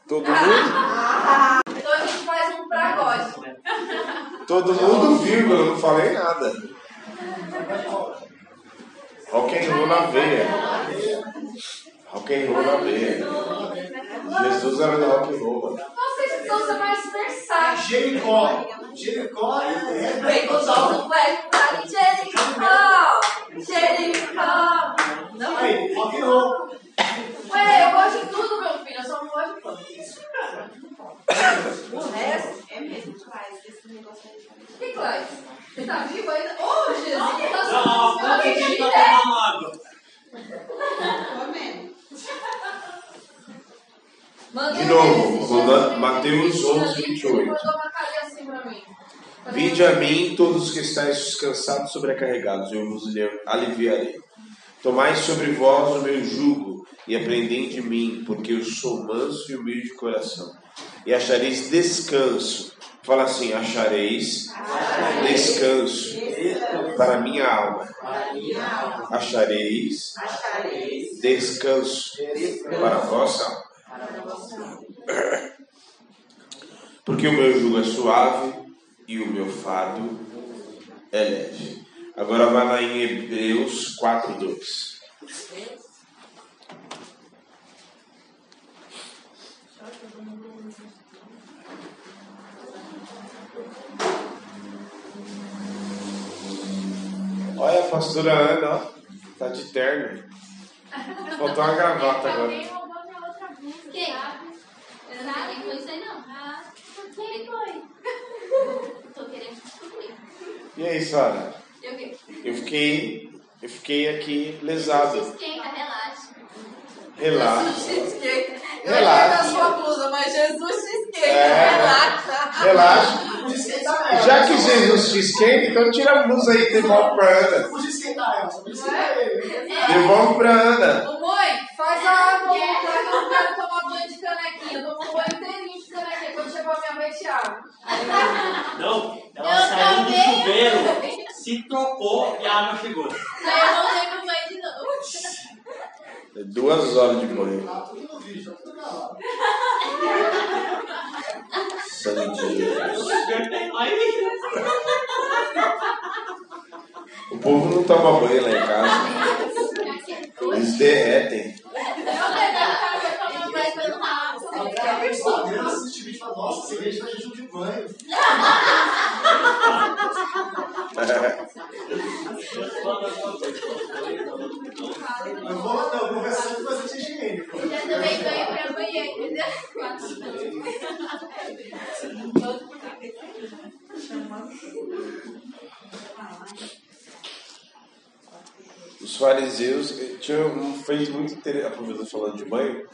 Todo mundo? Então a gente faz um pra God. Todo mundo, vírgula, eu não falei nada. Rock and roll na veia. Rock and roll na veia. Jesus era do rock and roll, mano. Vocês precisam ser mais versáteis. Jericó é Vem com o sol, vai para Jericó. Não, aí, rock and roll. ué, eu gosto de tudo, meu filho. Eu só não gosto de funk. O resto É mesmo, faz esse negócio aí. que faz? Você tá vivo ainda? Ô, Jesus, tá Não, só não acredito que tá tomando água. De novo, Mateus 11, 28. Mandou uma carinha assim pra mim. Vinde a mim, todos que estáis cansados e sobrecarregados, eu vos aliviarei. Tomai sobre vós o meu jugo e aprendei de mim, porque eu sou manso e humilde de coração. E achareis descanso. Fala assim, achareis descanso para a minha alma. Achareis descanso para a vossa alma. Porque o meu jugo é suave e o meu fardo é leve. Agora vai lá em Hebreus 4:2. Olha a pastora Ana, ó, tá de terno. Faltou uma gravata agora. Alguém roubou minha outra blusa, Quem? sabe? Eu não foi isso aí, não. Quem foi? Tô querendo descobrir. E aí, Sara? Eu vi. Eu fiquei aqui lesado. Esquenta, relaxa. Relaxa. Jesus te esquenta. Eu Relaxa. entendo a sua blusa, mas Jesus te esquenta. É. Relaxa. Relaxa. Podia esquentar ela. Já que Jesus te esquenta, então tira a blusa aí e devolve pra Ana. Podia esquentar ela, só podia esquentar ele. Devolve pra Ana. Ô mãe, faz a água voltar que eu não quero tomar banho de canequinha. Eu tomo banho inteirinho de canequinha quando chegar a minha vez de água. Não, ela Eu saiu do também. chuveiro, se trocou e a água chegou. Aí eu voltei pro banho de novo. É 2 horas de banho. Tá tudo no vídeo, tá tudo gravado. Sangue de Jesus. Aí, O povo não toma banho lá em casa. Eles derretem. Eu tomando banho pelo rabo. Até a pessoa dele assiste o vídeo e fala, nossa, esse vídeo tá jejum de banho. Eu vou conversar com você de higiene. Já também banho pra banheiro, entendeu? Os fariseus tinha fez muito interessante. A professora falando de banho.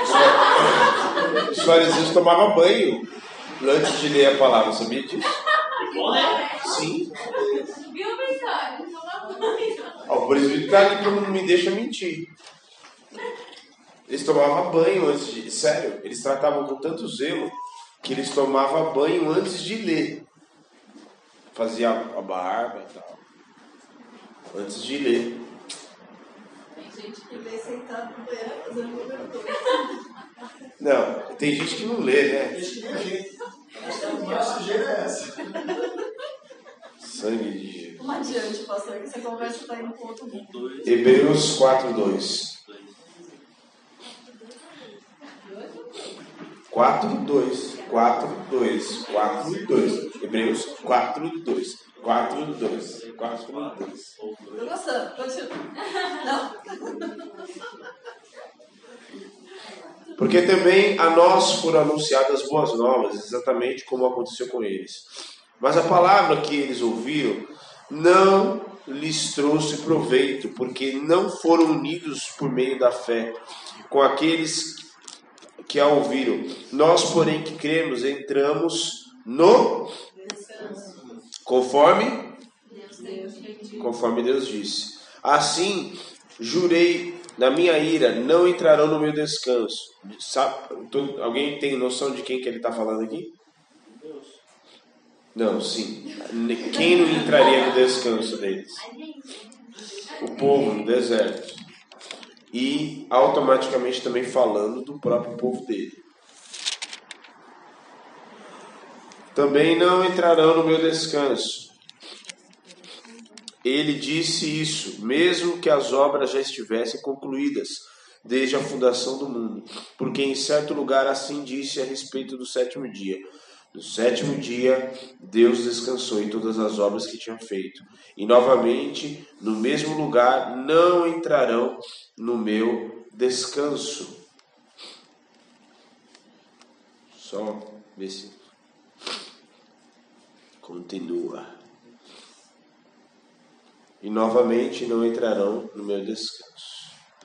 Os fariseus tomavam banho antes de ler a palavra, sabia disso? bom, né? Sim. Viu, Vitória? Toma banho. Ó, o presbítero tá ali que não me deixa mentir. Eles tomavam banho antes de. Sério, eles tratavam com tanto zelo que eles tomavam banho antes de ler. Fazia a barba e tal. Antes de ler. Tem gente que vê sentado no banheiro fazendo cobertura. Não, tem gente que não lê, né? Deixa que nem jeito. Acho que a maior sujeira é essa. Sangue de Jesus. Não adiante, pastor, que essa conversa está indo para outro mundo. 2, Hebreus 4:2. 4:2. 4:2. 4:2. Hebreus 4:2. 4:2. 4:2. Tô gostando, continua. Não. Porque também a nós foram anunciadas boas novas, exatamente como aconteceu com eles. Mas a palavra que eles ouviram não lhes trouxe proveito, porque não foram unidos por meio da fé com aqueles que a ouviram. Nós, porém, que cremos, entramos no conforme Deus disse. Assim, jurei na minha ira, não entrarão no meu descanso. Sabe, alguém tem noção de quem que ele está falando aqui? Não, sim. Quem não entraria no descanso deles? O povo no deserto. E automaticamente também falando do próprio povo dele. também não entrarão no meu descanso. Ele disse isso, mesmo que as obras já estivessem concluídas desde a fundação do mundo, porque em certo lugar assim disse a respeito do sétimo dia. No sétimo dia, Deus descansou em todas as obras que tinha feito. E novamente, no mesmo lugar, não entrarão no meu descanso. Só ver se continua. E novamente não entrarão no meu descanso.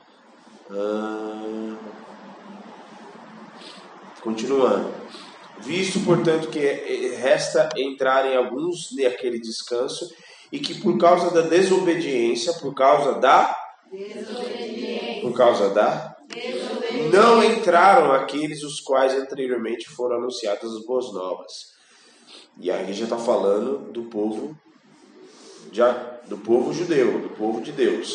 Continuando. Visto, portanto, que resta entrarem alguns naquele descanso, e que por causa da desobediência, não entraram aqueles os quais anteriormente foram anunciadas as boas novas. E aqui já está falando do povo judeu, do povo de Deus.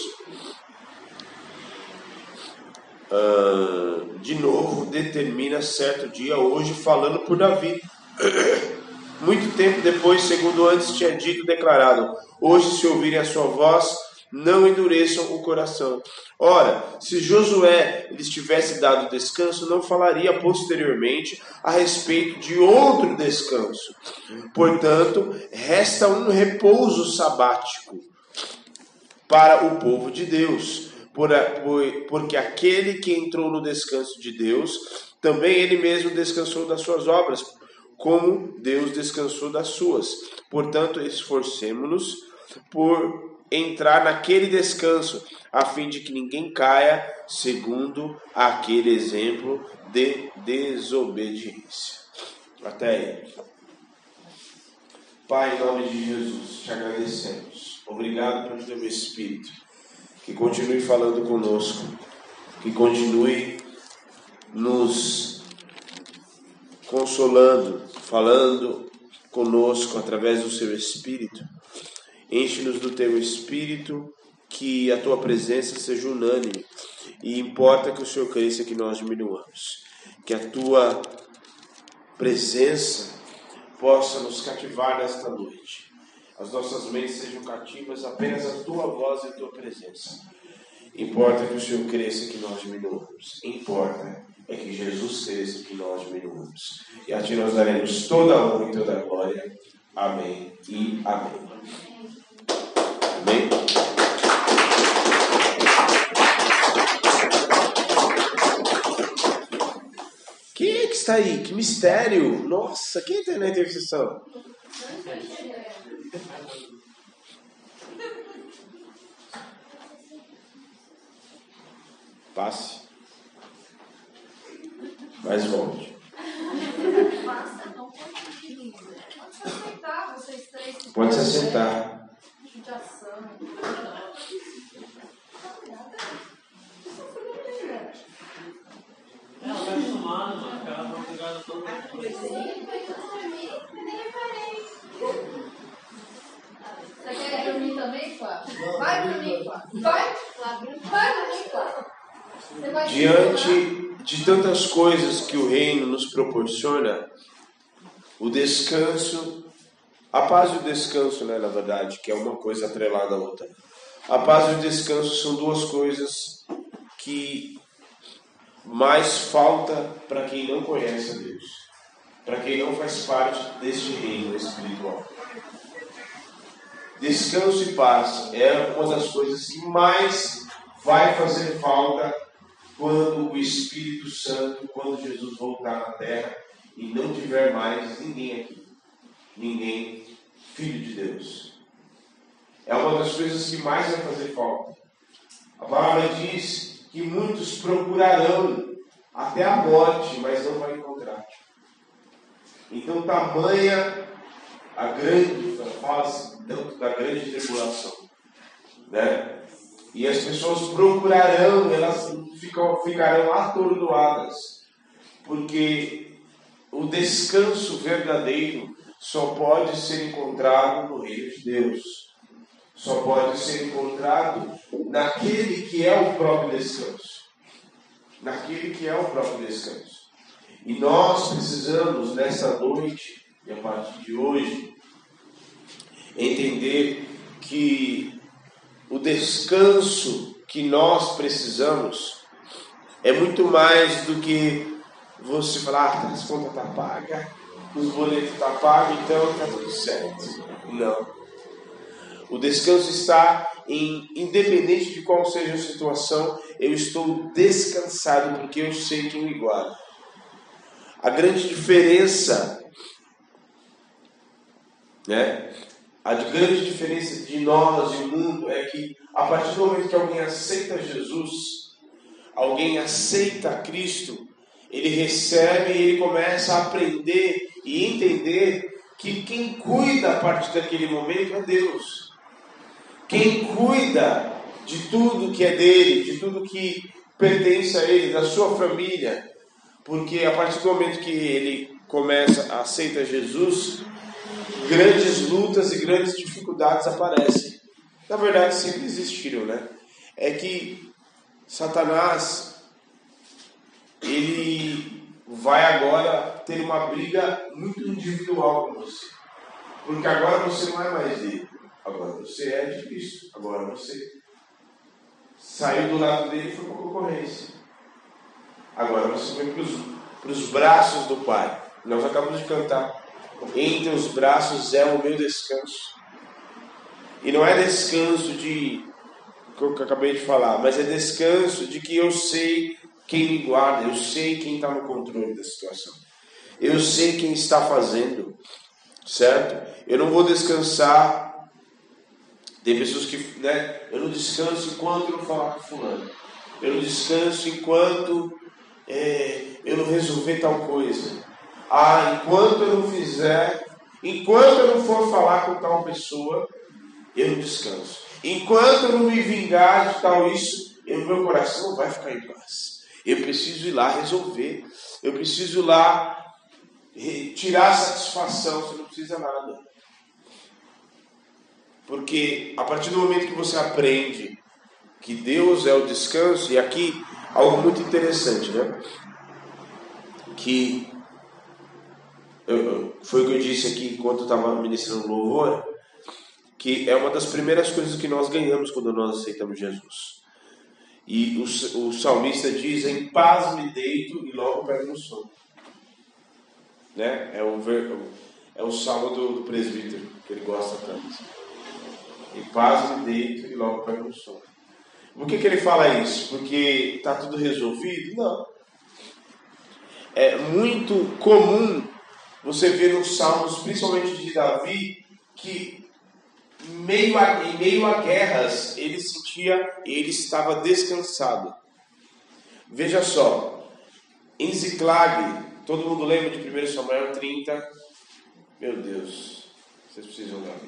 De novo, determina certo dia, hoje falando por Davi. Muito tempo depois, segundo antes tinha dito, declarado: hoje, se ouvirem a sua voz, não endureçam o coração. Ora, se Josué lhes tivesse dado descanso, não falaria posteriormente a respeito de outro descanso. Portanto, resta um repouso sabático para o povo de Deus, porque aquele que entrou no descanso de Deus, também ele mesmo descansou das suas obras, como Deus descansou das suas. Portanto, esforcemo-nos por entrar naquele descanso, a fim de que ninguém caia segundo aquele exemplo de desobediência. Até aí. Pai, em nome de Jesus, te agradecemos. Obrigado pelo teu Espírito, que continue falando conosco, que continue nos consolando, falando conosco através do seu Espírito. Enche-nos do teu Espírito, que a tua presença seja unânime, e importa que o Senhor cresça, que nós diminuamos. Que a tua presença possa nos cativar nesta noite. As nossas mentes sejam cativas apenas a tua voz e a tua presença. Importa que o Senhor cresça, que nós diminuamos. Importa é que Jesus cresça, que nós diminuamos. E a ti nós daremos toda a honra e toda a glória. Amém e amém. Amém? Quem é que está aí? Que mistério! Nossa, quem está na intercessão? Passe. Mais volte. Pode se assentar. Ela vai acostumando, mano. Ela vai pegando todo mundo. Você quer dormir também, Flávio? Vai dormir, Flávio. Vai dormir, Flávio. Diante de tantas coisas que o reino nos proporciona, o descanso, a paz e o descanso, né, na verdade, que é uma coisa atrelada à outra. A paz e o descanso são duas coisas que mais falta para quem não conhece a Deus, para quem não faz parte deste reino espiritual. Descanso e paz é uma das coisas que mais vai fazer falta quando o Espírito Santo, quando Jesus voltar na terra e não tiver mais ninguém aqui, ninguém filho de Deus. É uma das coisas que mais vai fazer falta. A palavra diz que muitos procurarão até a morte, mas não vai encontrar. Então, tamanha a grande, fala-se da grande tribulação, né? E as pessoas procurarão, elas ficarão atordoadas, porque o descanso verdadeiro só pode ser encontrado no reino de Deus. Só pode ser encontrado naquele que é o próprio descanso. Naquele que é o próprio descanso. E nós precisamos, nessa noite, e a partir de hoje, entender que o descanso que nós precisamos é muito mais do que você falar, as contas estão pagas, os boletos estão pagos, então está tudo certo. Não. O descanso está em, independente de qual seja a situação, eu estou descansado porque eu sei quem me guarda. A grande diferença, né? A grande diferença de nós e o mundo é que a partir do momento que alguém aceita Jesus, alguém aceita Cristo, ele recebe e ele começa a aprender e entender que quem cuida a partir daquele momento é Deus. Quem cuida de tudo que é dele, de tudo que pertence a ele, da sua família, porque a partir do momento que ele começa a aceitar Jesus, grandes lutas e grandes dificuldades aparecem. Na verdade, sempre existiram, né? É que Satanás, ele vai agora ter uma briga muito individual com você. Porque agora você não é mais dele. Agora você é de Cristo. Agora você saiu do lado dele e foi para a concorrência. Agora você foi para os braços do Pai. Nós acabamos de cantar. Entre os braços é o meu descanso. E não é descanso de que eu acabei de falar, mas é descanso de que eu sei quem me guarda, eu sei quem está no controle da situação, eu sei quem está fazendo, certo? Eu não vou descansar. Tem pessoas que, né? Eu não descanso enquanto eu não falar com fulano. Eu não descanso enquanto eu não resolver tal coisa. Enquanto eu não fizer, enquanto eu não for falar com tal pessoa, eu não descanso. Enquanto eu não me vingar de tal isso, meu coração não vai ficar em paz. Eu preciso ir lá resolver. Eu preciso ir lá tirar satisfação. Você não precisa nada. Porque a partir do momento que você aprende que Deus é o descanso, e aqui algo muito interessante, né? Que foi o que eu disse aqui enquanto eu estava ministrando louvor, que é uma das primeiras coisas que nós ganhamos quando nós aceitamos Jesus. E o salmista diz: em paz me deito e logo pego no sono. Né? É o salmo do presbítero, que ele gosta tanto. Em paz me deito e logo pego no sono. Por que ele fala isso? Porque está tudo resolvido? Não. É muito comum você ver nos salmos, principalmente de Davi, que em meio a guerras ele estava descansado. Veja só, em Ziclag, todo mundo lembra de 1 Samuel 30? Meu Deus, vocês precisam da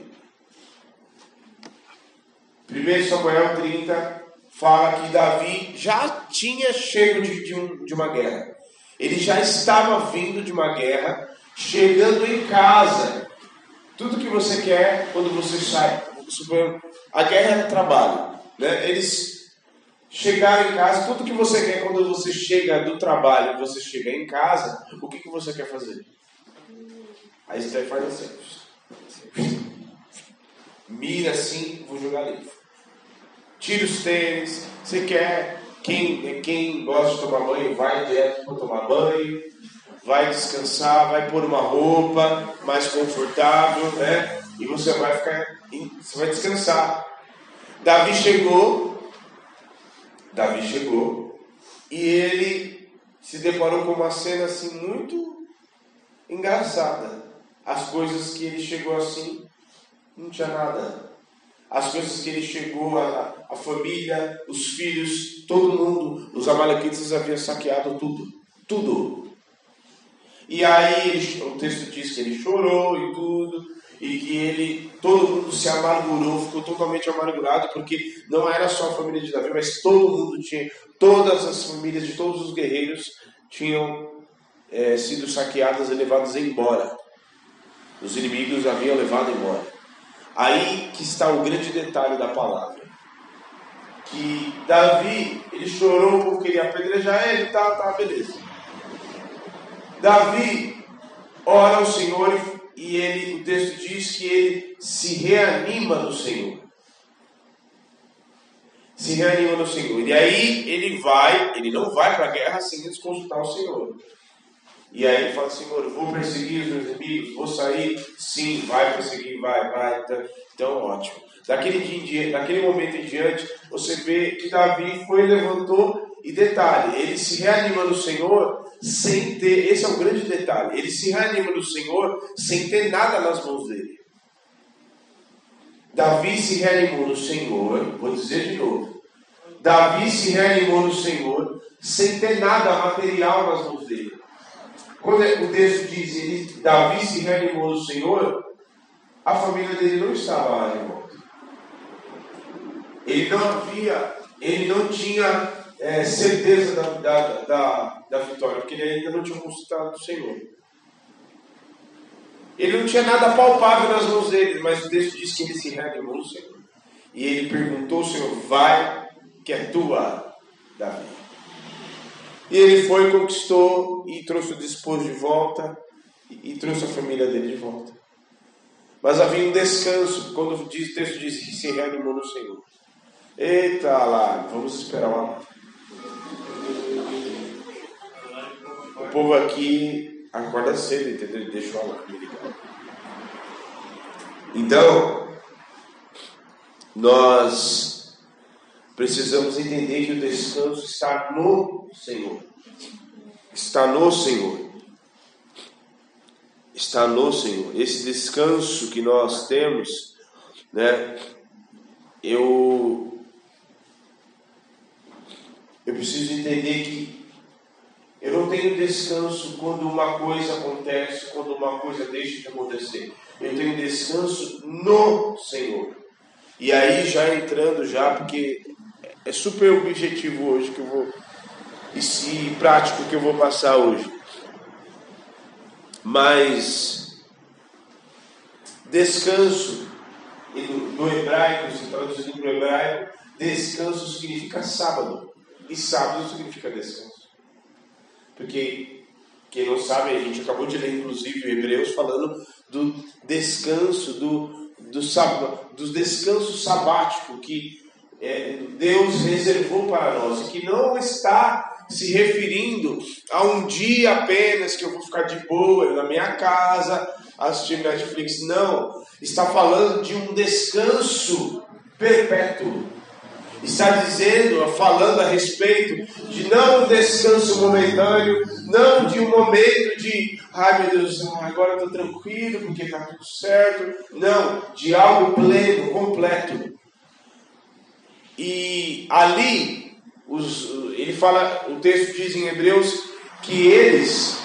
Bíblia. 1 Samuel 30 fala que Davi já tinha chego de uma guerra. Ele já estava vindo de uma guerra, chegando em casa. Tudo que você quer quando você sai, a guerra é trabalho, né? Eles chegaram em casa, tudo que você quer quando você chega do trabalho, você chega em casa, o que você quer fazer? Aí você faz assim, mira assim, vou jogar livro. Tira os tênis, você quer, quem gosta de tomar banho, vai direto para tomar banho, vai descansar, vai pôr uma roupa mais confortável, né? E você vai descansar. Davi chegou e ele se deparou com uma cena assim muito engraçada. As coisas que ele chegou assim, não tinha nada. As coisas que ele chegou, a família, os filhos, todo mundo, os amalequitas haviam saqueado tudo. E aí o texto diz que ele chorou e tudo, e que todo mundo se amargurou, ficou totalmente amargurado, porque não era só a família de Davi, mas todo mundo todas as famílias de todos os guerreiros tinham sido saqueadas e levadas embora. Os inimigos haviam levado embora. Aí que está o grande detalhe da palavra. Que Davi, ele chorou porque queria apedrejar ele, beleza. Davi ora ao Senhor o texto diz que ele se reanima no Senhor. Se reanima no Senhor. E aí ele não vai para a guerra sem antes consultar o Senhor. E aí ele fala: Senhor, eu vou perseguir os meus inimigos, vou sair? Sim, vai perseguir, vai. Então ótimo. Daquele momento em diante, você vê que Davi levantou, e detalhe, ele se reanima no Senhor sem ter, esse é o grande detalhe, ele se reanima no Senhor sem ter nada nas mãos dele. Davi se reanimou no Senhor, vou dizer de novo, Davi se reanimou no Senhor sem ter nada material nas mãos dele. Quando o texto diz Davi se reanimou no Senhor, a família dele não estava lá de volta. Ele não tinha certeza da vitória, porque ele ainda não tinha consultado o Senhor. Ele não tinha nada palpável nas mãos dele, mas o texto diz que ele se reanimou no Senhor. E ele perguntou ao Senhor: vai, que é tua, Davi. E ele foi, conquistou e trouxe o despojo de volta e trouxe a família dele de volta. Mas havia um descanso, quando o texto diz que se reanimou no Senhor. Eita lá, vamos esperar lá. O povo aqui acorda cedo, entendeu? Deixa o alarme ligado. Então, nós precisamos entender que o descanso está no Senhor. Está no Senhor. Está no Senhor. Esse descanso que nós temos, né? Eu preciso entender que eu não tenho descanso quando uma coisa acontece, quando uma coisa deixa de acontecer. Eu tenho descanso no Senhor. E aí já entrando porque é super objetivo hoje que eu vou, e prático que eu vou passar hoje. Mas descanso, do hebraico, se traduzindo para o hebraico, descanso significa sábado. E sábado significa descanso. Porque, quem não sabe, a gente acabou de ler, inclusive, Hebreus, falando do descanso, do descanso sabático que Deus reservou para nós. E que não está se referindo a um dia apenas que eu vou ficar de boa na minha casa, assistindo Netflix. Não. Está falando de um descanso perpétuo. Está falando a respeito de não um descanso momentâneo, não de um momento de, ai meu Deus, agora eu estou tranquilo porque está tudo certo. Não, de algo pleno, completo. E ali, ele fala, o texto diz em Hebreus que eles...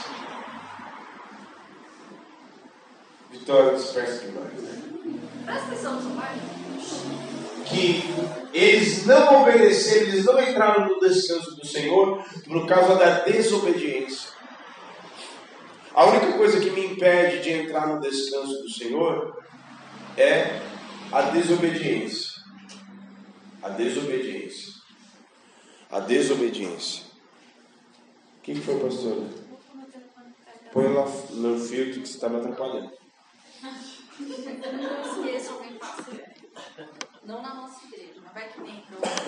Vitória dispersa demais, né? Presta atenção no seu pai. Que eles não obedeceram, eles não entraram no descanso do Senhor por causa da desobediência. A única coisa que me impede de entrar no descanso do Senhor é a desobediência. A desobediência. A desobediência. O que foi, pastora? Põe lá no filtro que você está me atrapalhando. Não esqueça, alguém passa. Não na nossa igreja, mas vai que nem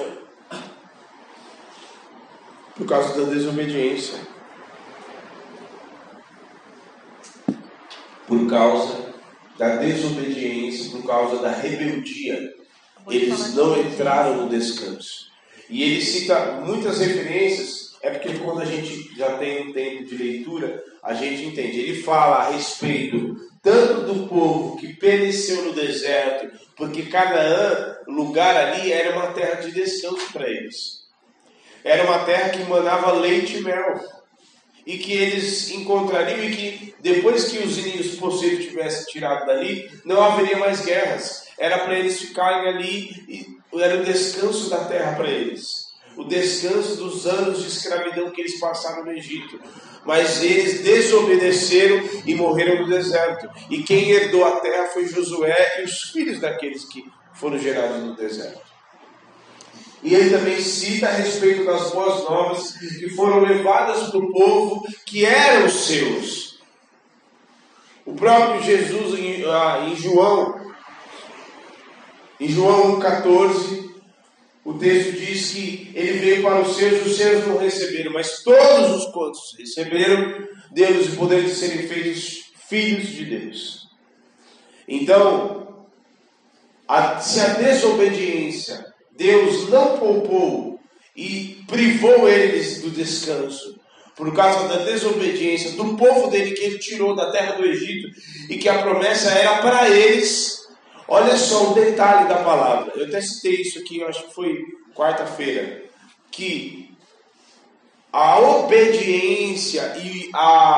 Por causa da desobediência. Por causa da desobediência, por causa da rebeldia. Eles não entraram no descanso. E ele cita muitas referências, é porque quando a gente já tem um tempo de leitura, a gente entende. Ele fala a respeito tanto do povo que pereceu no deserto, porque cada lugar ali era uma terra de descanso para eles. Era uma terra que manava leite e mel. E que eles encontrariam, e que depois que os inimigos possíveis tivessem tirado dali, não haveria mais guerras. Era para eles ficarem ali, e era o descanso da terra para eles. O descanso dos anos de escravidão que eles passaram no Egito. Mas eles desobedeceram e morreram no deserto. E quem herdou a terra foi Josué e os filhos daqueles que foram gerados no deserto. E ele também cita a respeito das boas novas que foram levadas para o povo que eram seus. O próprio Jesus em João 1,14, o texto diz que ele veio para os seus não receberam, mas todos os quantos receberam, deu-lhes o poder de serem feitos filhos de Deus. Então, se a desobediência, Deus não poupou e privou eles do descanso, por causa da desobediência do povo dele que ele tirou da terra do Egito e que a promessa era para eles. Olha só o detalhe da palavra. Eu até citei isso aqui, eu acho que foi quarta-feira, que a obediência e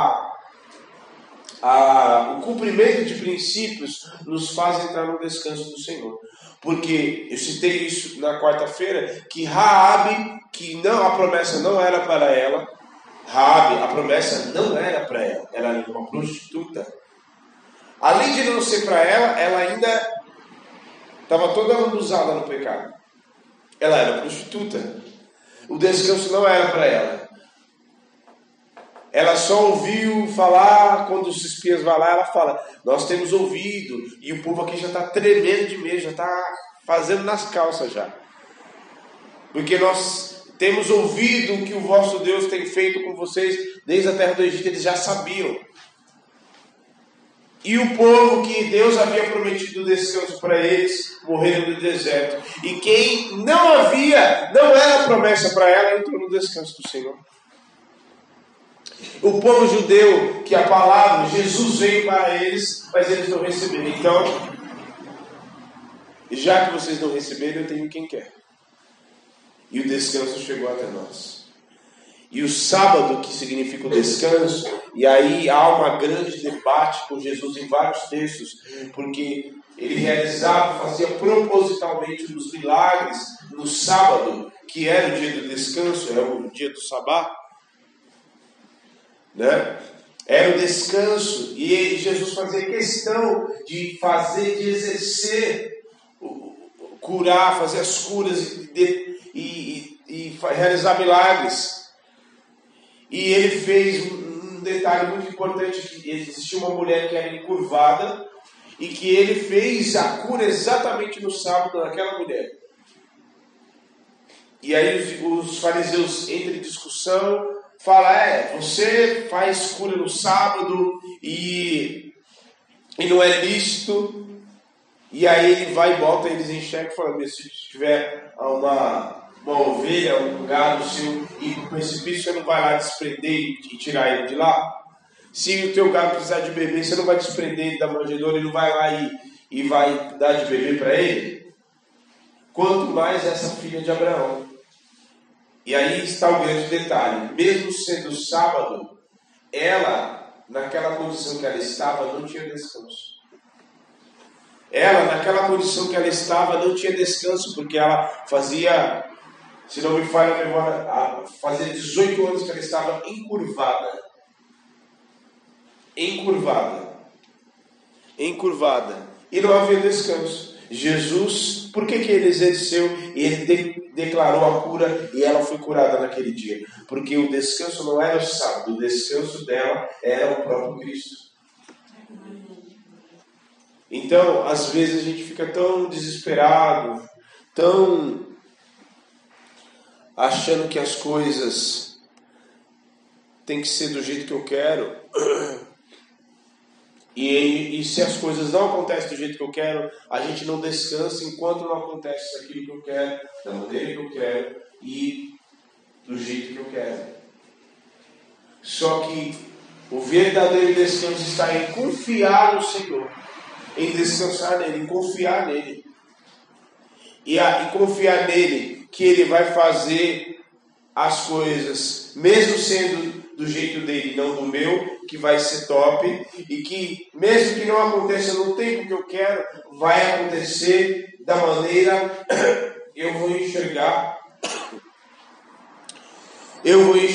o cumprimento de princípios nos faz entrar no descanso do Senhor. Porque eu citei isso na quarta-feira, que Raabe, a promessa não era para ela. Raabe, a promessa não era para ela. Ela era uma prostituta. Além de não ser para ela, ela ainda estava toda lambuzada no pecado. Ela era prostituta. O descanso não era para ela. Ela só ouviu falar, quando os espias vão lá, ela fala, nós temos ouvido, e o povo aqui já está tremendo de medo, já está fazendo nas calças já. Porque nós temos ouvido o que o vosso Deus tem feito com vocês desde a terra do Egito, eles já sabiam. E o povo que Deus havia prometido descanso para eles, morreram no deserto. E quem não era promessa para ela, entrou no descanso do Senhor. O povo judeu, que a palavra, Jesus veio para eles, mas eles não receberam. Então, já que vocês não receberam, eu tenho quem quer. E o descanso chegou até nós. E o sábado, que significa o descanso, e aí há uma grande debate com Jesus em vários textos, porque ele fazia propositalmente os milagres no sábado, que era o dia do descanso, era o dia do sabá, né? Era o descanso, e Jesus fazia questão de exercer, curar, fazer as curas e realizar milagres. E ele fez um detalhe muito importante, que existia uma mulher que era encurvada e que ele fez a cura exatamente no sábado naquela mulher. E aí os fariseus entram em discussão, falam, você faz cura no sábado e não é lícito. E aí ele vai e bota eles em xeque, falando, se tiver uma ovelha, um gado seu, e no precipício você não vai lá desprender e tirar ele de lá? Se o teu gado precisar de beber, você não vai desprender ele da manjedoura, ele não vai lá e vai dar de beber para ele? Quanto mais essa filha de Abraão. E aí está o grande detalhe, mesmo sendo sábado, ela, naquela condição que ela estava, não tinha descanso. Ela, naquela condição que ela estava, não tinha descanso, porque ela fazia, se não me falha a memória, fazia 18 anos que ela estava encurvada. E não havia descanso. Jesus, por que ele exerceu? Ele declarou a cura e ela foi curada naquele dia. Porque o descanso não era o sábado, o descanso dela era o próprio Cristo. Então, às vezes a gente fica tão desesperado, tão achando que as coisas têm que ser do jeito que eu quero. E se as coisas não acontecem do jeito que eu quero, a gente não descansa enquanto não acontece aquilo que eu quero, da maneira que eu quero e do jeito que eu quero. Só que o verdadeiro descanso está em confiar no Senhor, em descansar nele, em confiar nele. E confiar nele, que ele vai fazer as coisas, mesmo sendo do jeito dele, não do meu, que vai ser top, e que mesmo que não aconteça no tempo que eu quero, vai acontecer da maneira eu vou enxergar e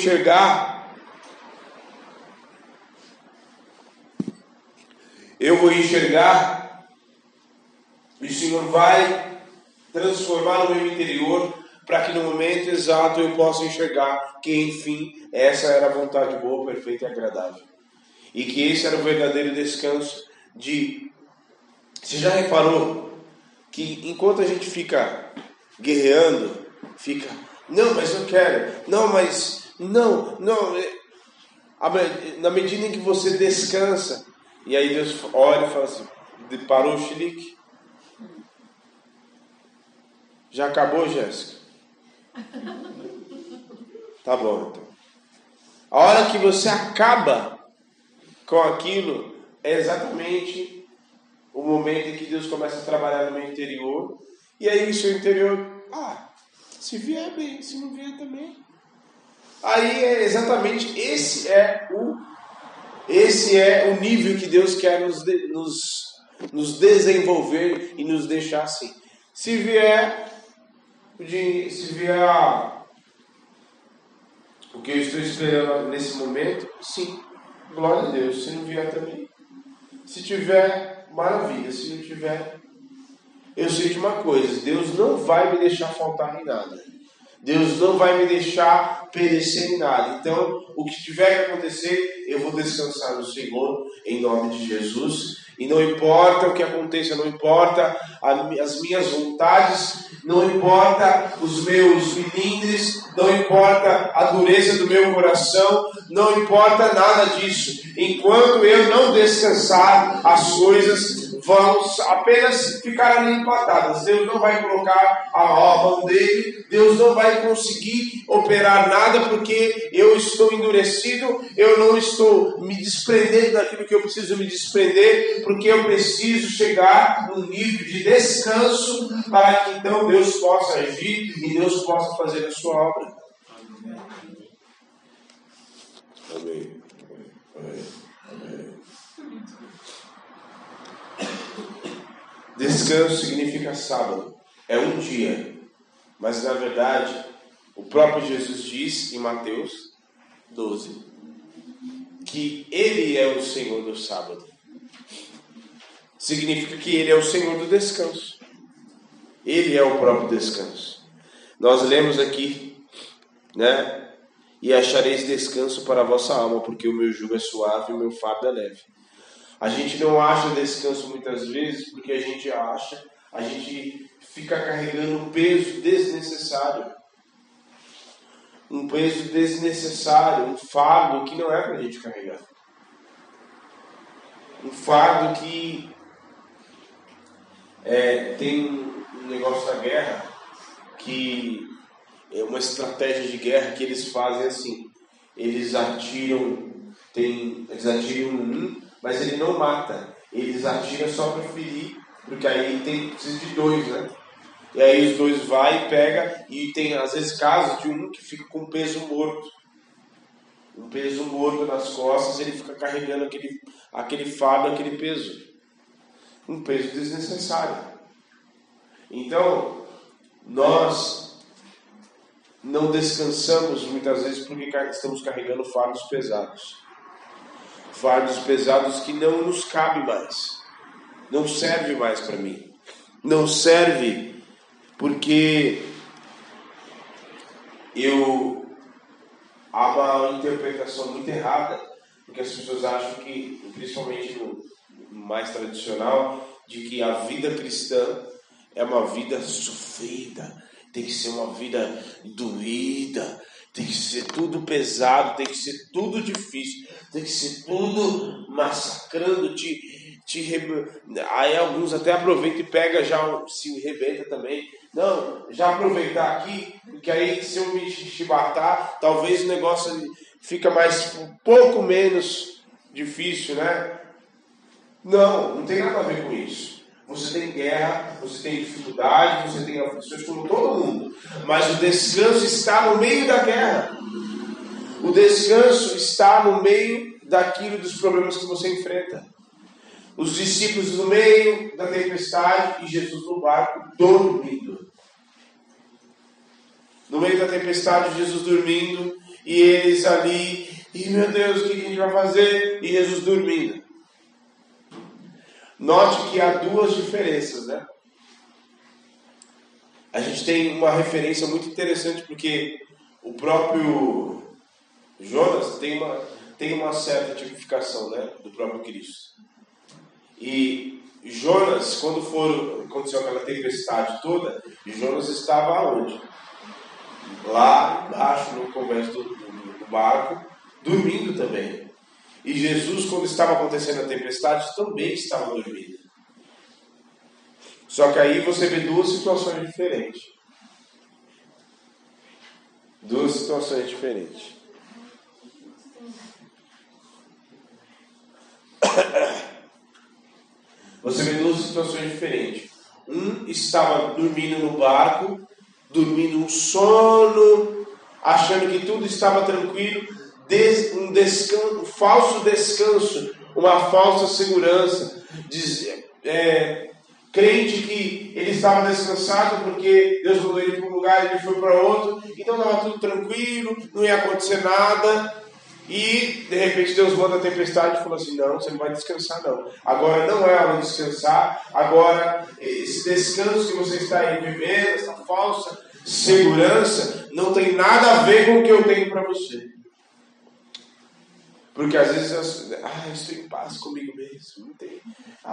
o Senhor vai transformar no meu interior, para que no momento exato eu possa enxergar que, enfim, essa era a vontade boa, perfeita e agradável. E que esse era o verdadeiro descanso de... Você já reparou que enquanto a gente fica guerreando, fica, não, mas eu quero, não, mas, não, na medida em que você descansa, e aí Deus olha e fala assim, parou o chilique? Já acabou, Jéssica? Tá bom, então. A hora que você acaba com aquilo, é exatamente o momento em que Deus começa a trabalhar no meu interior. E aí o seu interior, se vier bem, se não vier também. Aí é exatamente esse é o nível que Deus quer nos desenvolver e nos deixar assim. Se vier o que eu estou esperando nesse momento, sim, glória a Deus. Se não vier também, se tiver, maravilha. Se não tiver, eu sei de uma coisa: Deus não vai me deixar faltar em nada. Deus não vai me deixar perecer em nada. Então, o que tiver que acontecer, eu vou descansar no Senhor, em nome de Jesus. E não importa o que aconteça, não importa as minhas vontades, não importa os meus milindres, não importa a dureza do meu coração, não importa nada disso. Enquanto eu não descansar, as coisas vão apenas ficar ali empatadas. Deus não vai colocar a mão dele, Deus não vai conseguir operar nada, porque eu estou endurecido, eu não estou me desprendendo daquilo que eu preciso me desprender, porque eu preciso chegar num nível de descanso para que então Deus possa agir e Deus possa fazer a sua obra. Amém. Amém. Amém. Descanso significa sábado. É um dia. Mas na verdade, o próprio Jesus diz em Mateus 12 que Ele é o Senhor do sábado. Significa que Ele é o Senhor do descanso. Ele é o próprio descanso. Nós lemos aqui, né? E achareis descanso para a vossa alma, porque o meu jugo é suave e o meu fardo é leve. A gente não acha descanso muitas vezes porque a gente fica carregando um peso desnecessário. Um peso desnecessário, um fardo que não é para a gente carregar. Um fardo que tem um negócio da guerra, que é uma estratégia de guerra que eles fazem assim. Eles atiram um, mas ele não mata. Eles atiram só para ferir, porque aí precisa de dois, né? E aí os dois vai e pega, e tem às vezes casos de um que fica com peso morto. Um peso morto nas costas, ele fica carregando aquele fardo, aquele peso. Um peso desnecessário. Então, nós não descansamos muitas vezes porque estamos carregando fardos pesados. Fardos pesados que não nos cabe mais. Não serve mais para mim. Não serve porque há uma interpretação muito errada, porque as pessoas acham que, principalmente no mais tradicional, de que a vida cristã é uma vida sofrida, tem que ser uma vida doída, tem que ser tudo pesado, tem que ser tudo difícil, tem que ser tudo massacrando, aí alguns até aproveitam e pegam já, se rebenta também. Não, já aproveitar aqui, porque aí se eu me chibatar, talvez o negócio fica um pouco menos difícil, né? Não tem nada a ver com isso. Você tem guerra, você tem dificuldade, você tem aflições como todo mundo. Mas o descanso está no meio da guerra. O descanso está no meio dos problemas que você enfrenta. Os discípulos no meio da tempestade e Jesus no barco dormindo. No meio da tempestade, Jesus dormindo e eles ali, e meu Deus, o que a gente vai fazer? E Jesus dormindo. Note que há duas diferenças, né? A gente tem uma referência muito interessante porque o próprio Jonas tem tem uma certa tipificação, né, do próprio Cristo. E Jonas, quando aconteceu aquela tempestade toda, Jonas estava aonde? Lá embaixo, no convés do barco, dormindo também. E Jesus, quando estava acontecendo a tempestade, também estava dormindo. Só que aí você vê duas situações diferentes. Duas situações diferentes. Você vê duas situações diferentes. Um estava dormindo no barco, dormindo um sono, achando que tudo estava tranquilo, um falso descanso, uma falsa segurança, crente que ele estava descansado porque Deus mandou ele para um lugar e ele foi para outro, então estava tudo tranquilo, não ia acontecer nada. E de repente Deus manda a tempestade e falou assim: não, você não vai descansar não. Agora não é hora de descansar. Agora esse descanso que você está aí vivendo, essa falsa segurança, não tem nada a ver com o que eu tenho para você. Porque às vezes eu estou em paz comigo mesmo. Não tem.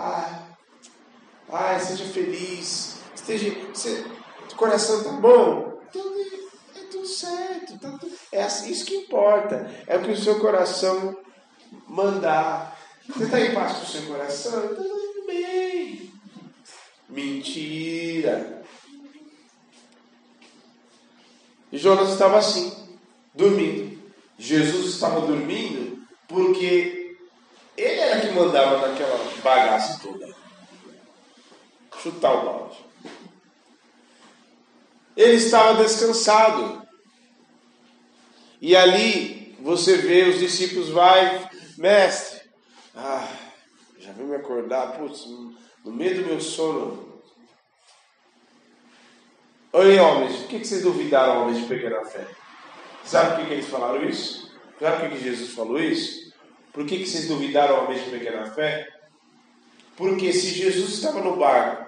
Seja feliz. O coração tá bom. Tudo certo, é isso que importa, é o que o seu coração mandar. Você está em paz com o seu coração? Está tudo bem. Mentira. E Jonas estava assim, dormindo. Jesus estava dormindo porque ele era que mandava naquela bagaça toda. Chutar o balde. Ele estava descansado. E ali você vê os discípulos, mestre, já vim me acordar, putz, no meio do meu sono. Oi, homens, por que vocês duvidaram, homens de pequena fé? Sabe por que eles falaram isso? Sabe por que Jesus falou isso? Por que vocês duvidaram, homens de pequena fé? Porque se Jesus estava no barco,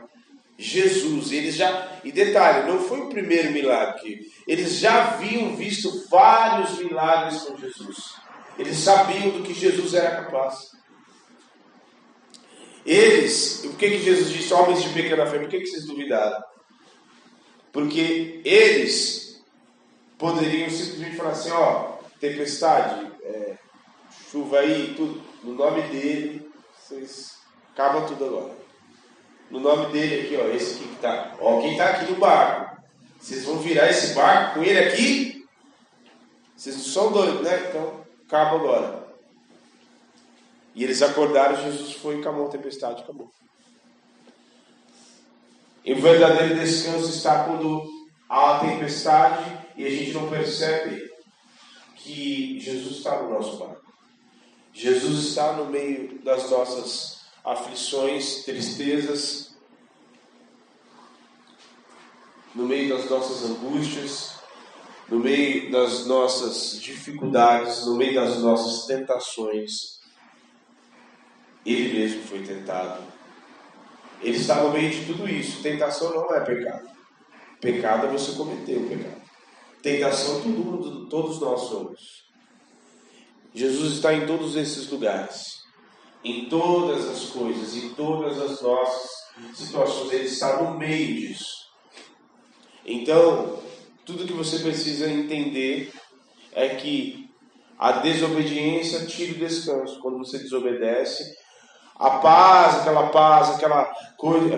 e detalhe, não foi o primeiro milagre, eles já haviam visto vários milagres com Jesus, eles sabiam do que Jesus era capaz. O que Jesus disse? Homens de pequena fé, por que vocês duvidaram? Porque eles poderiam simplesmente falar assim: tempestade, chuva aí, tudo, no nome dele, vocês acabam tudo agora. No nome dele aqui, esse aqui que está. Quem está aqui no barco. Vocês vão virar esse barco com ele aqui? Vocês não são doidos, né? Então, acaba agora. E eles acordaram, Jesus foi e acabou a tempestade, acabou. E o verdadeiro descanso está quando há a tempestade e a gente não percebe que Jesus está no nosso barco. Jesus está no meio das nossas aflições, tristezas, no meio das nossas angústias, no meio das nossas dificuldades, no meio das nossas tentações. Ele mesmo foi tentado. Ele está no meio de tudo isso. Tentação não é pecado. Pecado é você cometer o pecado. Tentação todos nós somos. Jesus está em todos esses lugares. Em todas as coisas, em todas as nossas situações, Ele está no meio disso. Então, tudo que você precisa entender é que a desobediência tira o descanso. Quando você desobedece, a paz, aquela coisa,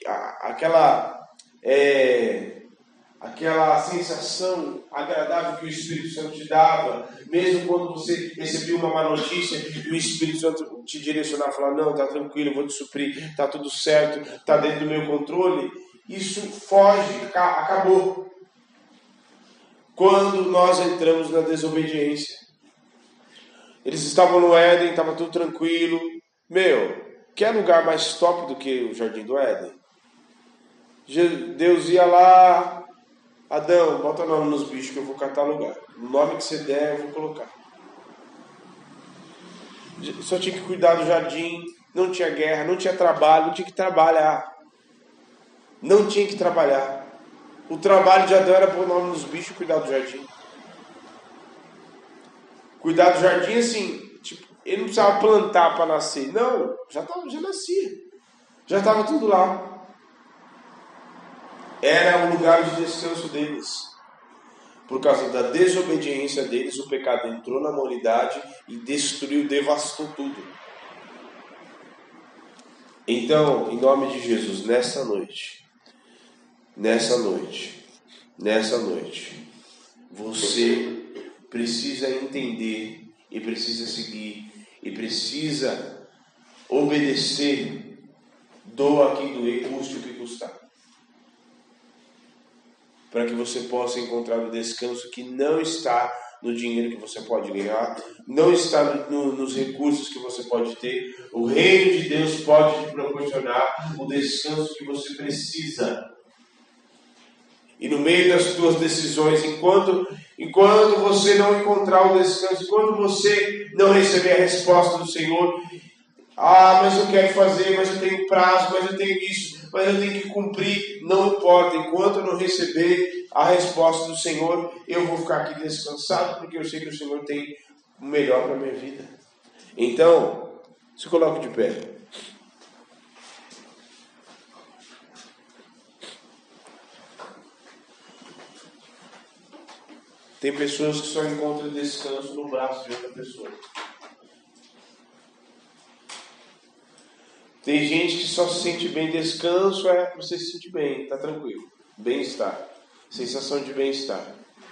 aquela sensação agradável que o Espírito Santo te dava, mesmo quando você recebia uma má notícia e o Espírito Santo te direcionar e falar: não, está tranquilo, eu vou te suprir, está tudo certo, está dentro do meu controle, isso foge, acabou. Quando nós entramos na desobediência, eles estavam no Éden, estava tudo tranquilo. Quer lugar mais top do que o Jardim do Éden? Deus ia lá: Adão, bota nome nos bichos que eu vou catalogar. O nome que você der, eu vou colocar. Só tinha que cuidar do jardim, não tinha guerra, não tinha trabalho, não tinha que trabalhar. Não tinha que trabalhar. O trabalho de Adão era pôr nome nos bichos e cuidar do jardim. Cuidar do jardim assim, tipo, ele não precisava plantar para nascer. Não, já nascia. Já estava tudo lá. Era o lugar de descanso deles. Por causa da desobediência deles, o pecado entrou na humanidade e destruiu, devastou tudo. Então, em nome de Jesus, nessa noite, você precisa entender e precisa seguir e precisa obedecer, doa quem doer, custe o que custar, para que você possa encontrar o descanso que não está no dinheiro que você pode ganhar, não está nos recursos que você pode ter. O reino de Deus pode te proporcionar o descanso que você precisa. E no meio das tuas decisões, enquanto você não encontrar o descanso, enquanto você não receber a resposta do Senhor, mas eu quero fazer, mas eu tenho prazo, mas eu tenho isso, mas eu tenho que cumprir, não importa, enquanto eu não receber a resposta do Senhor, eu vou ficar aqui descansado, porque eu sei que o Senhor tem o melhor para a minha vida. Então, se coloque de pé. Tem pessoas que só encontram descanso no braço de outra pessoa. Tem gente que só se sente bem. Descanso é você se sentir bem, está tranquilo. Bem-estar. Sensação de bem-estar.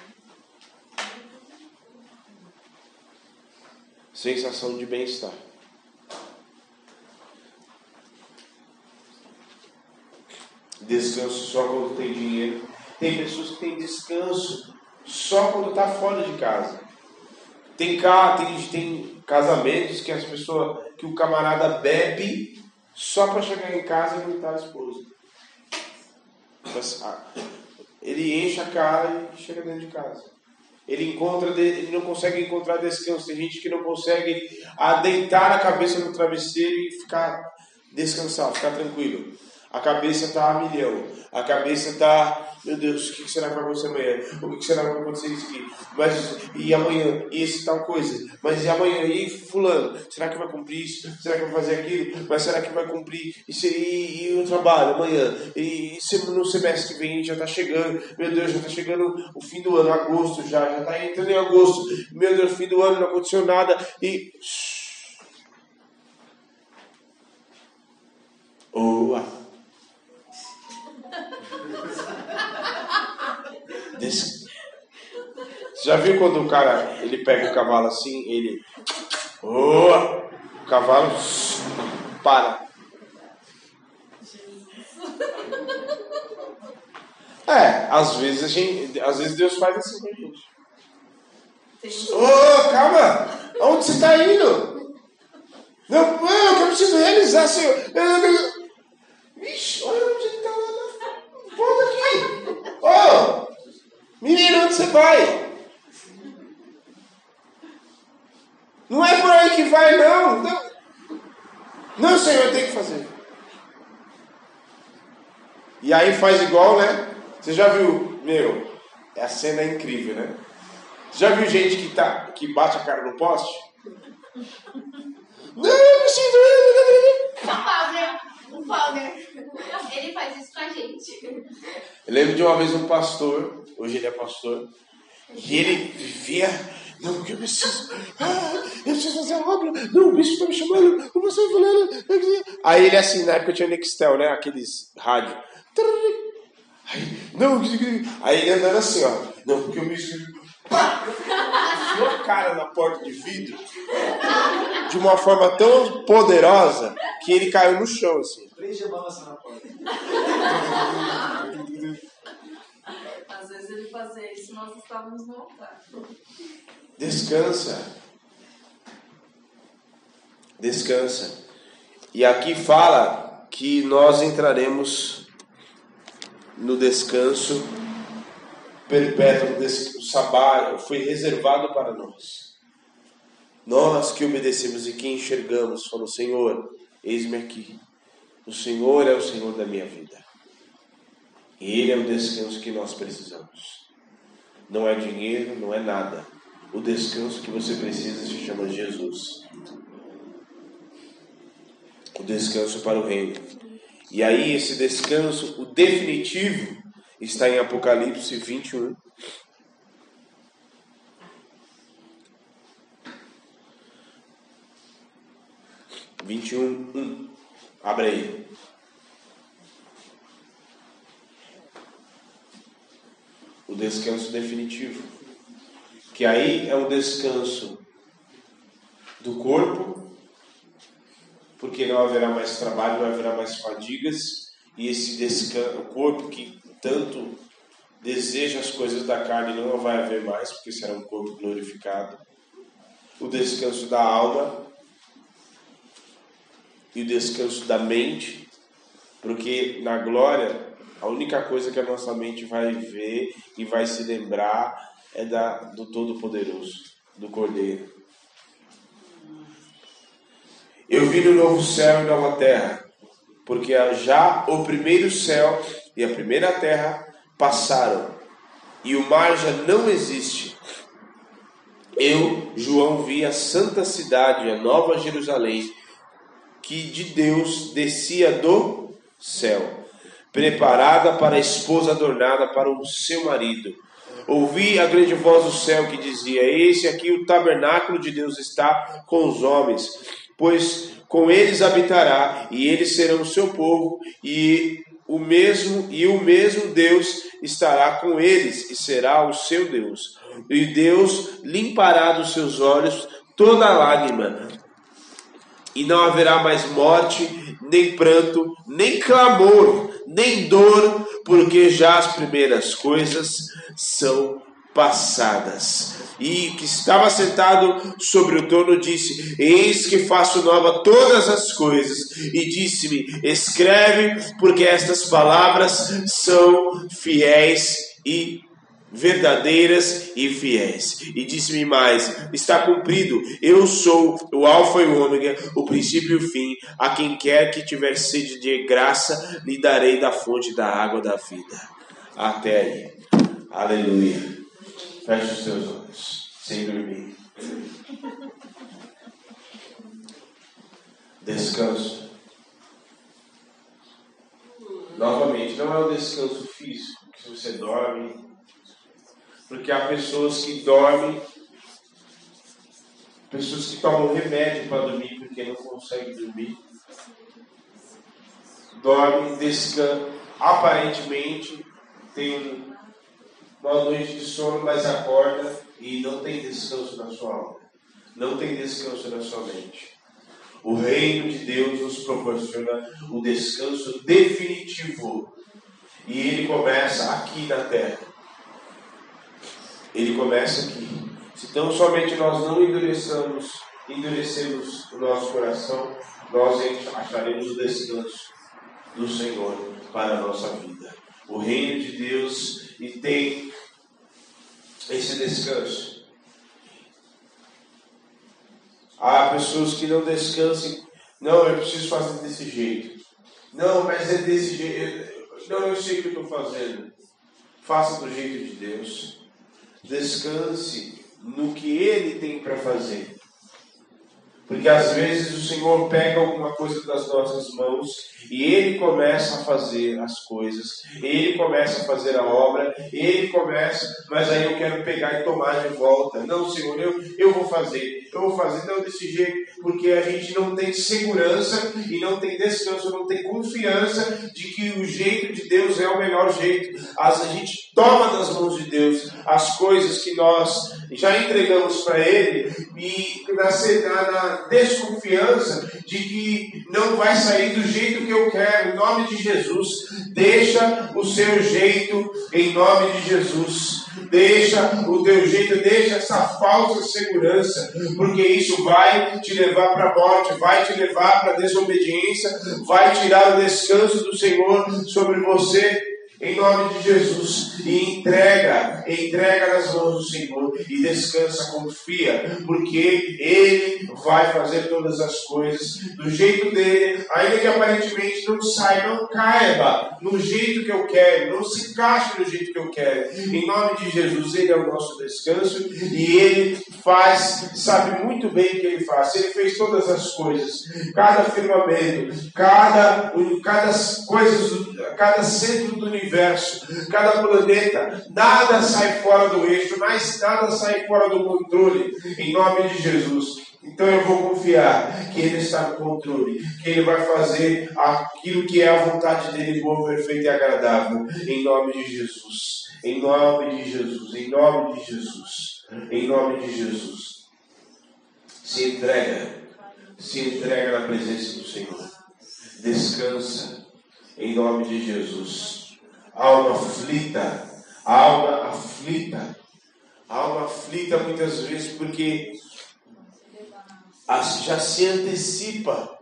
Sensação de bem-estar. Descanso só quando tem dinheiro. Tem pessoas que têm descanso só quando está fora de casa. Tem casamentos que o camarada bebe só para chegar em casa e gritar a esposa. Ele enche a cara e chega dentro de casa. Ele não consegue encontrar descanso. Tem gente que não consegue deitar a cabeça no travesseiro e ficar descansado, ficar tranquilo. A cabeça está a milhão. A cabeça está, meu Deus, o que será que vai acontecer amanhã? O que será que vai acontecer isso aqui? Mas, e amanhã? E esse tal coisa? Mas e amanhã? E fulano? Será que vai cumprir isso? Será que vai fazer aquilo? Mas será que vai cumprir? E o trabalho amanhã? E no semestre que vem já está chegando. Meu Deus, já está chegando o fim do ano, agosto já está entrando em agosto. Meu Deus, fim do ano, não aconteceu nada. E... Você já viu quando o cara ele pega o cavalo assim, o cavalo para. Às vezes Deus faz assim com a gente. Calma! Aonde você está indo? Não, eu preciso realizar, Senhor. Vixe, olha onde ele está lá. Volta aqui. Menino, onde você vai? Não é por aí que vai, não. Não, Senhor, eu tenho que fazer. E aí faz igual, né? Você já viu, a cena é incrível, né? Você já viu gente que bate a cara no poste? Não, eu preciso. O Paulo, ele faz isso com a gente. Eu lembro de uma vez um pastor, hoje ele é pastor, e ele vivia, não, porque eu preciso fazer a obra, não, o bicho está me chamando, o pastor falando. Aí ele assim, na época tinha Nextel, né, aqueles rádios. Aí ele andando assim, não, porque eu me enfiou a cara na porta de vidro de uma forma tão poderosa que ele caiu no chão, assim. 3 dias balançando na porta. Às vezes ele fazia isso, nós estávamos no altar. Descansa. E aqui fala que nós entraremos no descanso perpétuo. O sabá foi reservado para nós. Nós que obedecemos e que enxergamos, falou: Senhor, eis-me aqui. O Senhor é o Senhor da minha vida. Ele é o descanso que nós precisamos. Não é dinheiro, não é nada. O descanso que você precisa se chama Jesus. O descanso para o reino. E aí esse descanso, o definitivo, está em Apocalipse 21. Abre aí. O descanso definitivo. Que aí é um descanso do corpo, porque não haverá mais trabalho, não haverá mais fadigas, e esse descanso, o corpo que tanto deseja as coisas da carne não vai haver mais, porque será um corpo glorificado. O descanso da alma e o descanso da mente, porque na glória a única coisa que a nossa mente vai ver e vai se lembrar é do Todo-Poderoso, do Cordeiro. Eu vi no novo céu e nova terra, porque já o primeiro céu e a primeira terra passaram, e o mar já não existe. Eu, João, vi a santa cidade, a nova Jerusalém, que de Deus descia do céu, preparada para a esposa adornada para o seu marido. Ouvi a grande voz do céu que dizia: eis aqui o tabernáculo de Deus está com os homens, pois com eles habitará, e eles serão o seu povo, e o mesmo Deus estará com eles, e será o seu Deus. E Deus limpará dos seus olhos toda lágrima, e não haverá mais morte, nem pranto, nem clamor, nem dor, porque já as primeiras coisas são passadas. E que estava sentado sobre o trono disse: eis que faço nova todas as coisas. E disse-me: escreve, porque estas palavras são fiéis e verdadeiras e fiéis. E disse-me mais: está cumprido, eu sou o alfa e o ômega, o princípio e o fim. A quem quer que tiver sede de graça, lhe darei da fonte da água da vida. Até aí. Aleluia. Feche os seus olhos, sem dormir. Descanso. Novamente, não é o descanso físico, que você dorme, porque há pessoas que dormem, pessoas que tomam remédio para dormir porque não conseguem dormir, dormem, descansam, aparentemente tem uma noite de sono, mas acorda e não tem descanso na sua alma, não tem descanso na sua mente. O reino de Deus nos proporciona o descanso definitivo, e ele começa aqui na terra. Ele começa aqui. Se tão somente nós não endurecemos o nosso coração, nós acharemos o descanso do Senhor para a nossa vida. O reino de Deus e tem esse descanso. Há pessoas que não descansam. Não, eu preciso fazer desse jeito. Não, mas é desse jeito. Não, eu sei o que eu estou fazendo. Faça do jeito de Deus. Descanse no que Ele tem para fazer. Porque às vezes o Senhor pega alguma coisa das nossas mãos e Ele começa a fazer as coisas, Ele começa a fazer a obra, Ele começa, mas aí eu quero pegar e tomar de volta. Não, Senhor, eu vou fazer, não desse jeito, porque a gente não tem segurança e não tem descanso, não tem confiança de que o jeito de Deus é o melhor jeito. A gente toma das mãos de Deus as coisas que nós já entregamos para Ele e na desconfiança de que não vai sair do jeito que eu quero. Em nome de Jesus, deixa o seu jeito, em nome de Jesus. Deixa o teu jeito, deixa essa falsa segurança, porque isso vai te levar para a morte, vai te levar para a desobediência, vai tirar o descanso do Senhor sobre você. em nome de Jesus, e entrega nas mãos do Senhor, e descansa, confia, porque Ele vai fazer todas as coisas do jeito dele, ainda que aparentemente não saia, não caiba no jeito que eu quero, não se encaixe no jeito que eu quero. Em nome de Jesus, Ele é o nosso descanso, e Ele sabe muito bem o que Ele faz. Ele fez todas as coisas, cada firmamento, cada centro do universo, cada planeta, nada sai fora do eixo, nada sai fora do controle, em nome de Jesus. Então eu vou confiar que Ele está no controle, que Ele vai fazer aquilo que é a vontade dEle, boa, perfeita e agradável, em nome de Jesus, em nome de Jesus, em nome de Jesus, em nome de Jesus. Se entrega na presença do Senhor, descansa, em nome de Jesus. Alma aflita muitas vezes porque já se antecipa,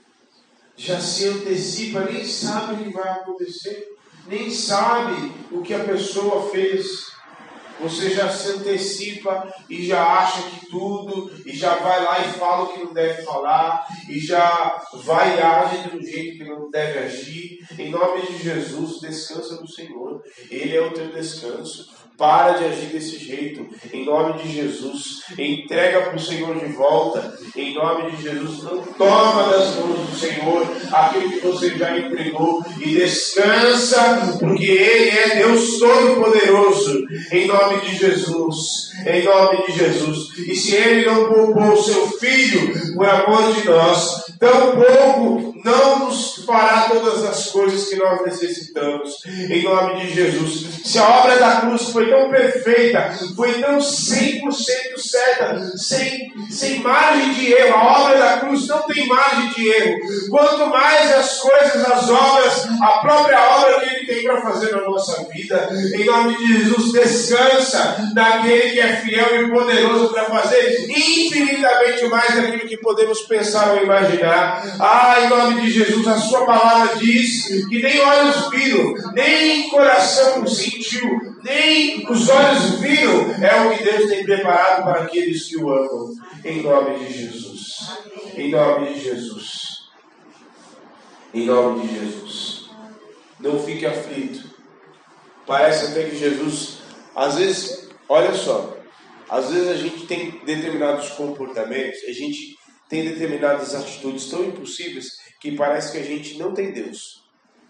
nem sabe o que vai acontecer, nem sabe o que a pessoa fez. Você já se antecipa e já acha que tudo, e já vai lá e fala o que não deve falar, e já vai e age de um jeito que não deve agir. Em nome de Jesus, descansa no Senhor. Ele é o teu descanso. Para de agir desse jeito. Em nome de Jesus, entrega para o Senhor de volta. Em nome de Jesus, não toma das mãos do Senhor aquilo que você já entregou e descansa, porque Ele é Deus Todo-Poderoso. Em nome de Jesus, em nome de Jesus. E se Ele não poupou o seu Filho por amor de nós, tampouco não nos fará todas as coisas que nós necessitamos. Em nome de Jesus. Se a obra da cruz foi tão perfeita, foi tão 100% certa, sem margem de erro, a obra da cruz não tem margem de erro. Quanto mais as coisas, as obras, a própria obra que Ele tem para fazer na nossa vida. Em nome de Jesus, descansa naquele que é fiel e poderoso para fazer infinitamente mais daquilo que podemos pensar ou imaginar. Em nome de Jesus, a sua palavra diz que nem olhos viram, nem coração sentiu, nem os olhos viram, é o que Deus tem preparado para aqueles que o amam. Em nome de Jesus. Em nome de Jesus. Em nome de Jesus. Não fique aflito. Parece até que Jesus, às vezes, olha só, às vezes a gente tem determinados comportamentos, a gente tem determinadas atitudes tão impossíveis que parece que a gente não tem Deus.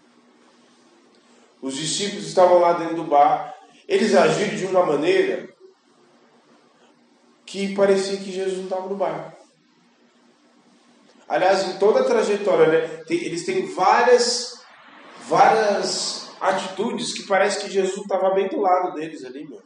Os discípulos estavam lá dentro do bar, eles agiram de uma maneira que parecia que Jesus não estava no bar. Aliás, em toda a trajetória, né, eles têm várias atitudes que parece que Jesus estava bem do lado deles ali, meu.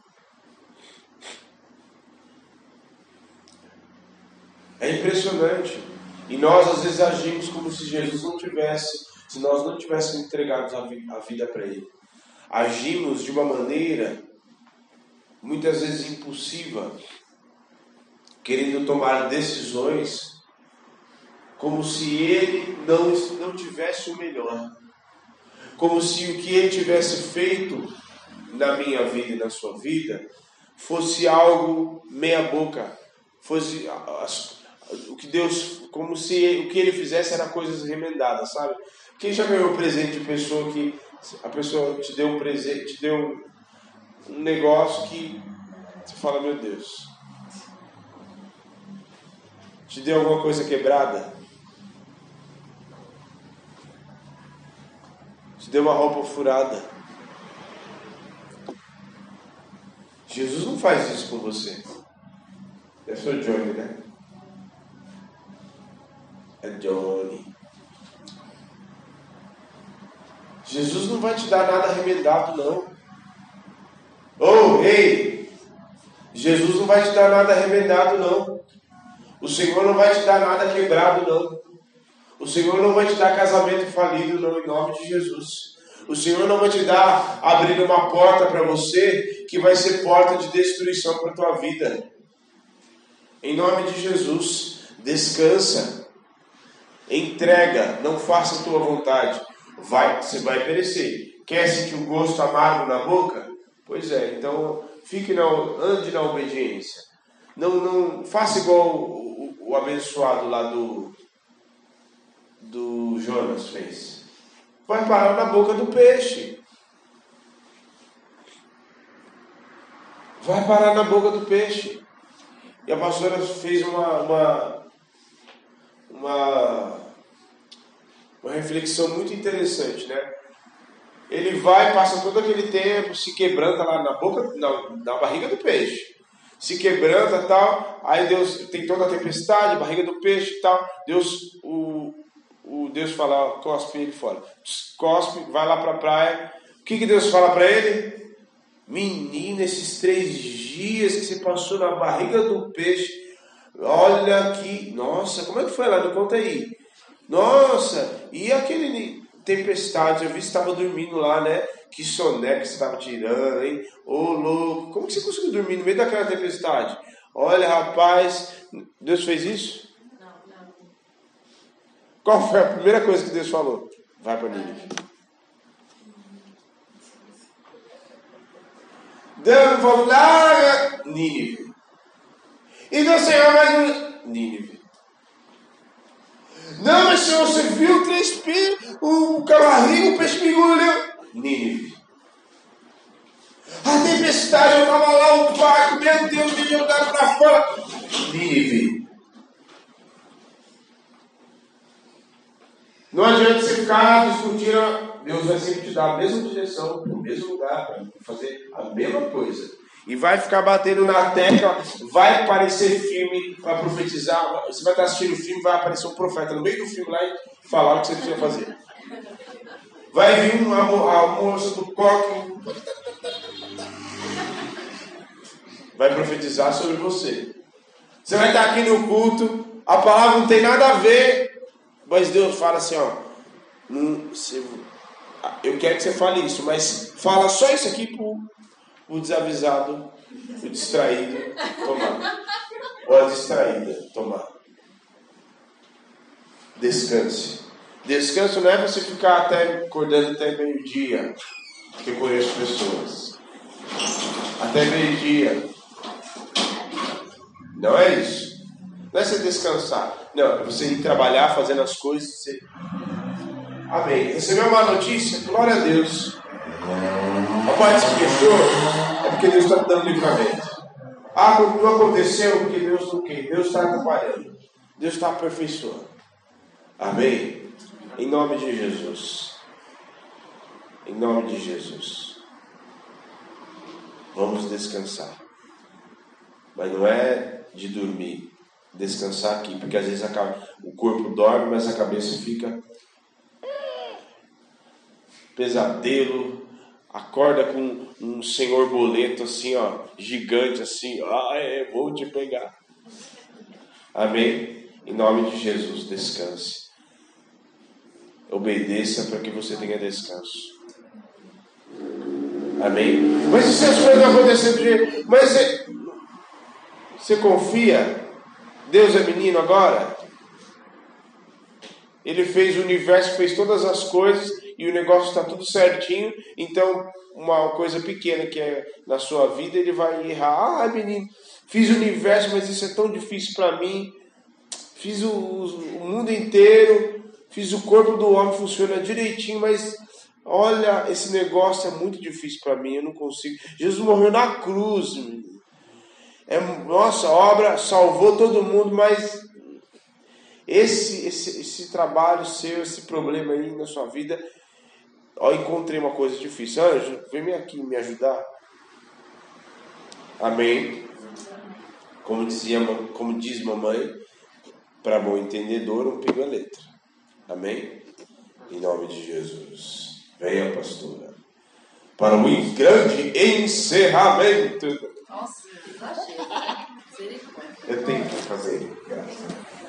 É impressionante. E nós às vezes agimos como se Jesus não tivesse, se nós não tivéssemos entregado a vida para Ele. Agimos de uma maneira muitas vezes impulsiva, querendo tomar decisões como se Ele não tivesse o melhor. Como se o que Ele tivesse feito na minha vida e na sua vida fosse algo meia boca, fosse o que Deus, como se o que Ele fizesse era coisas remendadas, sabe? Quem já ganhou presente de pessoa que a pessoa te deu um presente, te deu um negócio que você fala, meu Deus, te deu alguma coisa quebrada, te deu uma roupa furada. Jesus não faz isso com você. Eu sou Johnny, né? É Johnny. Jesus não vai te dar nada remendado, não. Ei! Jesus não vai te dar nada remendado, não. O Senhor não vai te dar nada quebrado, não. O Senhor não vai te dar casamento falido, não, em nome de Jesus. O Senhor não vai te dar abrir uma porta para você que vai ser porta de destruição para a tua vida. Em nome de Jesus, descansa. Entrega, não faça a tua vontade. Você vai perecer, Quer sentir um gosto amargo na boca? Pois é, então ande na obediência. Não faça igual o abençoado lá do Jonas fez. Vai parar na boca do peixe. Vai parar na boca do peixe. E a pastora fez uma reflexão muito interessante, né? Ele passa todo aquele tempo, se quebranta lá na barriga do peixe. Se quebranta e tal. Aí Deus tem toda a tempestade, barriga do peixe e tal. Deus fala, cospe ele fora. Cospe, vai lá para a praia. O que Deus fala para ele? Menino, esses 3 dias que você passou na barriga do peixe, olha aqui. Nossa, como é que foi lá? Me conta aí. Nossa, e aquele tempestade, eu vi que você estava dormindo lá, né? Que soneca que você estava tirando, hein? Ô, louco, como que você conseguiu dormir no meio daquela tempestade? Olha, rapaz, Deus fez isso? Não. Qual foi a primeira coisa que Deus falou? Vai para Nínive. Deus falou, larga Nínive. E Deus, Senhor, mais Nínive. Não, mas Senhor, você viu 3 peixes, o camarrinho, o peixe me engoliu. Nínive. A tempestade, eu estava lá, o barco, meu Deus, me jogaram para fora. Nínive. Não adianta você ficar discutindo, Deus vai sempre te dar a mesma direção, no mesmo lugar, para fazer a mesma coisa. E vai ficar batendo na tecla, vai parecer filme para profetizar. Você vai estar assistindo o filme, vai aparecer um profeta no meio do filme lá e falar o que você precisa fazer. Vai vir a moça do coque, vai profetizar sobre você. Você vai estar aqui no culto, a palavra não tem nada a ver, mas Deus fala assim, ó, eu quero que você fale isso, mas fala só isso aqui o desavisado, o distraído tomar. Ou a distraída tomar. Descanse. Descanso não é você ficar acordando até meio-dia, que eu conheço pessoas. Até meio-dia. Não é isso. Não é você descansar. Não, é você ir trabalhar, fazendo as coisas. Você... Amém. Recebeu uma notícia? Glória a Deus. A parte que fechou é porque Deus está dando livramento. Não aconteceu porque Deus não quer. Deus está trabalhando. Deus está aperfeiçoando. Amém? Em nome de Jesus. Em nome de Jesus. Vamos descansar. Mas não é de dormir. Descansar aqui. Porque às vezes o corpo dorme, mas a cabeça fica pesadelo. Acorda com um senhor boleto assim, ó, gigante assim, vou te pegar. Amém? Em nome de Jesus, descanse. Obedeça para que você tenha descanso. Amém? Mas se as coisas não acontecem, mas você confia? Deus é menino agora? Ele fez o universo, fez todas as coisas e o negócio está tudo certinho. Então, uma coisa pequena que é na sua vida, ele vai errar. Menino, fiz o universo, mas isso é tão difícil para mim. Fiz o mundo inteiro, fiz o corpo do homem, funciona direitinho, mas olha, esse negócio é muito difícil para mim, eu não consigo. Jesus morreu na cruz. Nossa, a obra salvou todo mundo, mas esse trabalho seu, esse problema aí na sua vida, encontrei uma coisa difícil. Anjo, vem aqui me ajudar. Amém? Como diz mamãe, para bom entendedor, um pingo é letra. Amém? Em nome de Jesus. Venha, pastora, para um grande encerramento. Nossa, exagero. Eu tenho que fazer, graças a Deus.